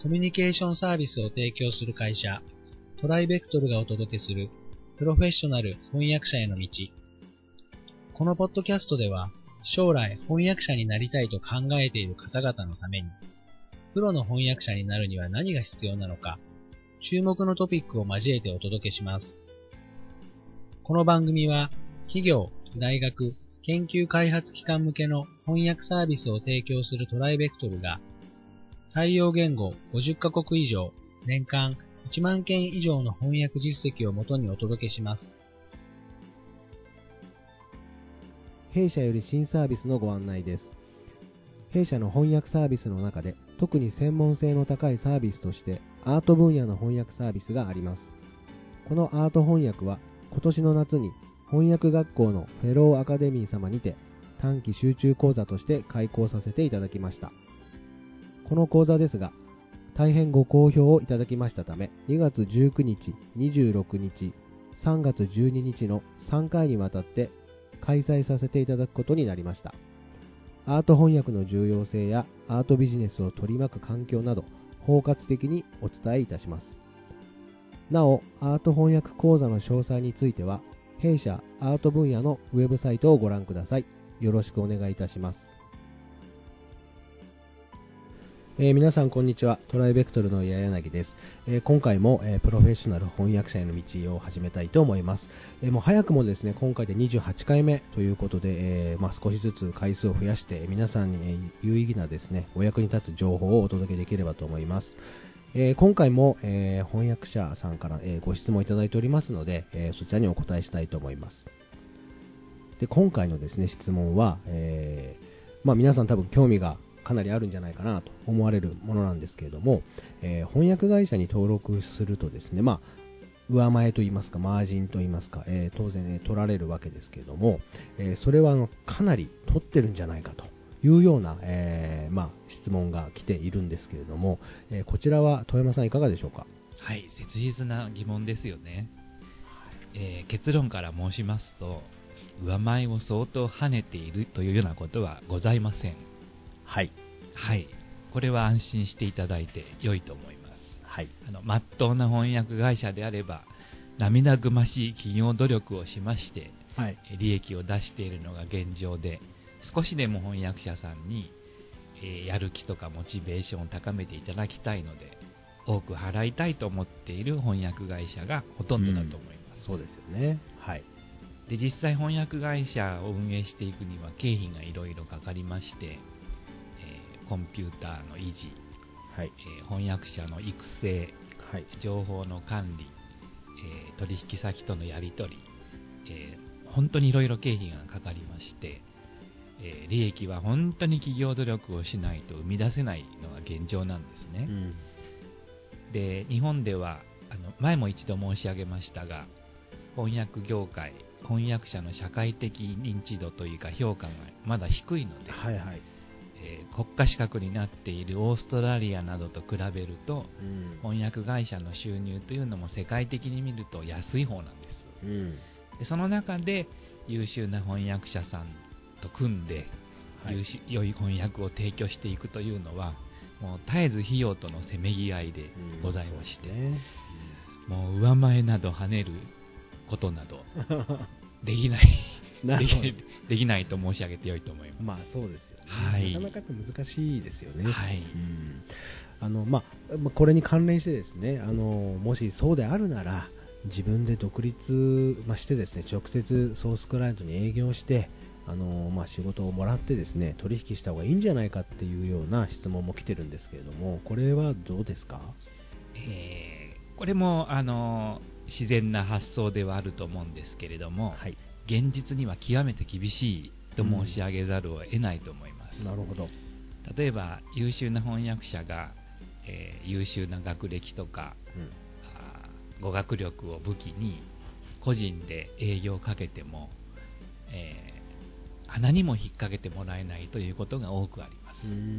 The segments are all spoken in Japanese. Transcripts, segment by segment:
コミュニケーションサービスを提供する会社、トライベクトルがお届けするプロフェッショナル翻訳者への道。このポッドキャストでは、将来翻訳者になりたいと考えている方々のために、プロの翻訳者になるには何が必要なのか、注目のトピックを交えてお届けします。この番組は、企業、大学、研究開発機関向けの翻訳サービスを提供するトライベクトルが、対応言語50カ国以上、年間1万件以上の翻訳実績をもとにお届けします。 弊社より新サービスのご案内です。弊社の翻訳サービスの中で特に専門性の高いサービスとしてアート分野の翻訳サービスがあります。このアート翻訳は今年の夏に翻訳学校のフェローアカデミー様にて短期集中講座として開講させていただきました。この講座ですが大変ご好評をいただきましたため、2月19日、26日、3月12日の3回にわたって開催させていただくことになりました。アート翻訳の重要性やアートビジネスを取り巻く環境など包括的にお伝えいたします。なお、アート翻訳講座の詳細については弊社アート分野のウェブサイトをご覧ください。よろしくお願いいたします。皆さんこんにちは。トライベクトルの矢柳です。今回も、プロフェッショナル翻訳者への道を始めたいと思います。もう早くもですね、今回で28回目ということで、少しずつ回数を増やして皆さんに、有意義なですね、お役に立つ情報をお届けできればと思います。今回も、翻訳者さんから、ご質問いただいておりますので、そちらにお答えしたいと思います。で、今回のですね、質問は、皆さん多分興味がかなりあるんじゃないかなと思われるものなんですけれども、翻訳会社に登録するとですね、上前といいますか、マージンといいますか、当然、取られるわけですけれども、それはかなり取ってるんじゃないかというような、質問が来ているんですけれども、こちらは遠山さんいかがでしょうか。 はい、切実な疑問ですよね。結論から申しますと、上前を相当跳ねているというようなことはございません。 はい、 はい、これは安心していただいて良いと思います。 はい、 真っ当な翻訳会社であれば涙ぐましい企業努力をしまして、 はい、 利益を出しているのが現状で、少しでも翻訳者さんに、やる気とかモチベーションを高めていただきたいので、多く払いたいと思っている翻訳会社がほとんどだと思います。 そうですよね。はい。 で、実際翻訳会社を運営していくには経費がいろいろかかりまして、コンピューターの維持、 はい、 翻訳者の育成、 はい、 情報の管理、取引先とのやり取り、本当にいろいろ経費がかかりまして、利益は本当に企業努力をしないと生み出せないのが現状なんですね。で、日本では前も一度申し上げましたが、翻訳業界、翻訳者の社会的認知度というか評価がまだ低いので、 はいはい、 国家資格になっているオーストラリアなどと比べると、翻訳会社の収入というのも世界的に見ると安い方なんです。で、その中で優秀な翻訳者さんと組んで、良い翻訳を提供していくというのはもう絶えず費用とのせめぎ合いでございまして、もう上前など跳ねることなどできないできないと申し上げてよいと思います。 そうですよね。 はい、 なかなか難しいですよね。 はい、 これに関連してですね、もしそうであるなら自分で独立、してですね、直接ソースクライアントに営業して仕事をもらってですね、取引した方がいいんじゃないかっていうような質問も来てるんですけれども、これはどうですか。 これも自然な発想ではあると思うんですけれども、 はい、 現実には極めて厳しいと申し上げざるを得ないと思います。 なるほど。 例えば優秀な翻訳者が、優秀な学歴とか、語学力を武器に個人で営業をかけても、鼻にも引っ掛けてもらえないということが多くあります。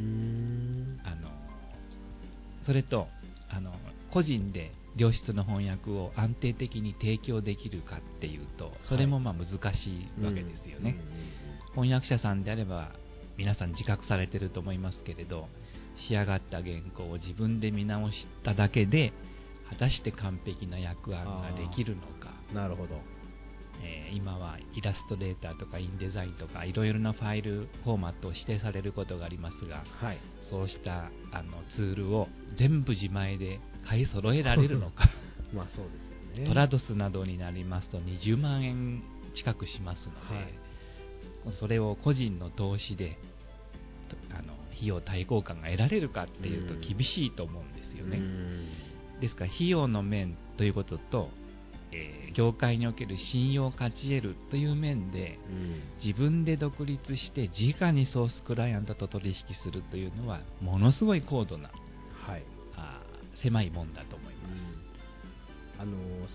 それと個人で良質の翻訳を安定的に提供できるかっていうと、それも難しいわけですよね。翻訳者さんであれば皆さん自覚されていると思いますけれど、 仕上がった原稿を自分で見直しただけで果たして完璧な訳案ができるのか。 なるほど。 今はイラストレーターとかインデザインとかいろいろなファイルフォーマットを指定されることがありますが、 はい、 そうしたツールを全部自前で買い揃えられるのかまあそうですよね。 トラドスなどになりますと20万円近くしますので、はい、それを個人の投資で費用対効果が得られるかっていうと厳しいと思うんですよね。ですから費用の面ということと、業界における信用価値得るという面で、自分で独立して直にソースクライアントと取引するというのはものすごい高度な、はい、狭いもんだと思います。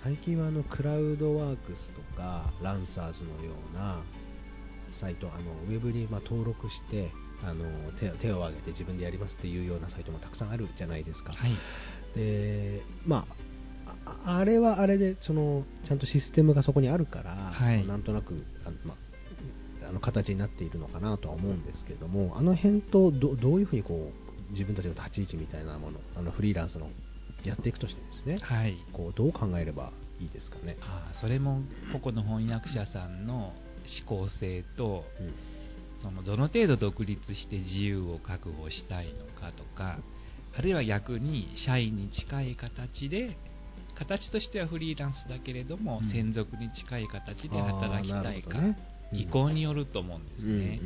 最近はクラウドワークスとかランサーズのようなサイト、ウェブに登録して手を挙げて自分でやりますっていうようなサイトもたくさんあるじゃないですか。 はい、 であれはあれでちゃんとシステムがそこにあるから、はい、なんとなく形になっているのかなとは思うんですけれども、あの辺とどういうふうに自分たちの立ち位置みたいなものフリーランスのやっていくとしてですね、はい、どう考えればいいですかね。 それも個々の翻訳者さんの思考性と、どの程度独立して自由を確保したいのかとか、あるいは逆に社員に近い形で、形としてはフリーランスだけれども、専属に近い形で働きたいか、意向によると思うんですね。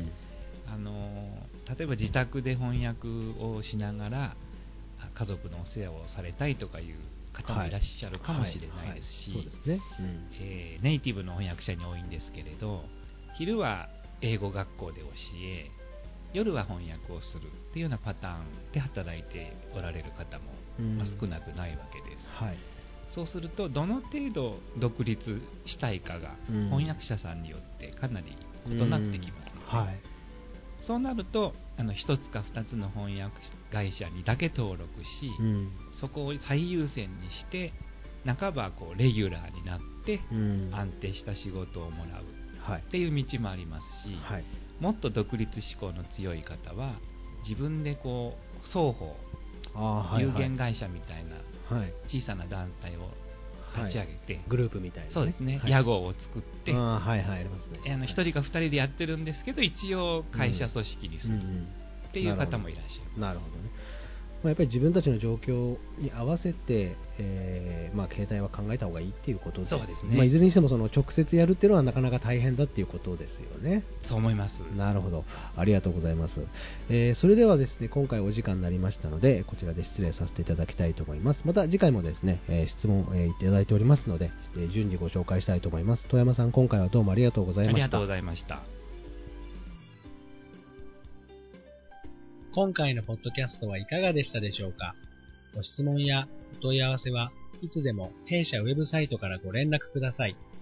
例えば自宅で翻訳をしながら家族のお世話をされたいとかいう方もいらっしゃるかもしれないですし、ネイティブの翻訳者に多いんですけれど、昼は英語学校で教え、夜は翻訳をするっていうようなパターンで働いておられる方も、少なくないわけです。はい、そうするとどの程度独立したいかが翻訳者さんによってかなり異なってきますので、そうなると1つか2つの翻訳会社にだけ登録し、そこを最優先にして半ばレギュラーになって安定した仕事をもらうっていう道もありますし、もっと独立志向の強い方は自分で双方有限会社みたいな小さな団体を立ち上げて、 グループみたいな、 そうですね、屋号を作って、1人か2人でやってるんですけど、一応会社組織にするっていう方もいらっしゃいます。 なるほどね。やっぱり自分たちの状況に合わせて、携帯は考えた方がいいっていうことです。 そうですね。 いずれにしても直接やるっていうのはなかなか大変だっていうことですよね。 そう思います。 なるほど、ありがとうございます。それではですね、今回お時間になりましたので、こちらで失礼させていただきたいと思います。また次回もですね、質問、いただいておりますので、順次ご紹介したいと思います。遠山さん、今回はどうもありがとうございました。 ありがとうございました。 今回のポッドキャストはいかがでしたでしょうか。ご質問やお問い合わせはいつでも弊社ウェブサイトからご連絡ください。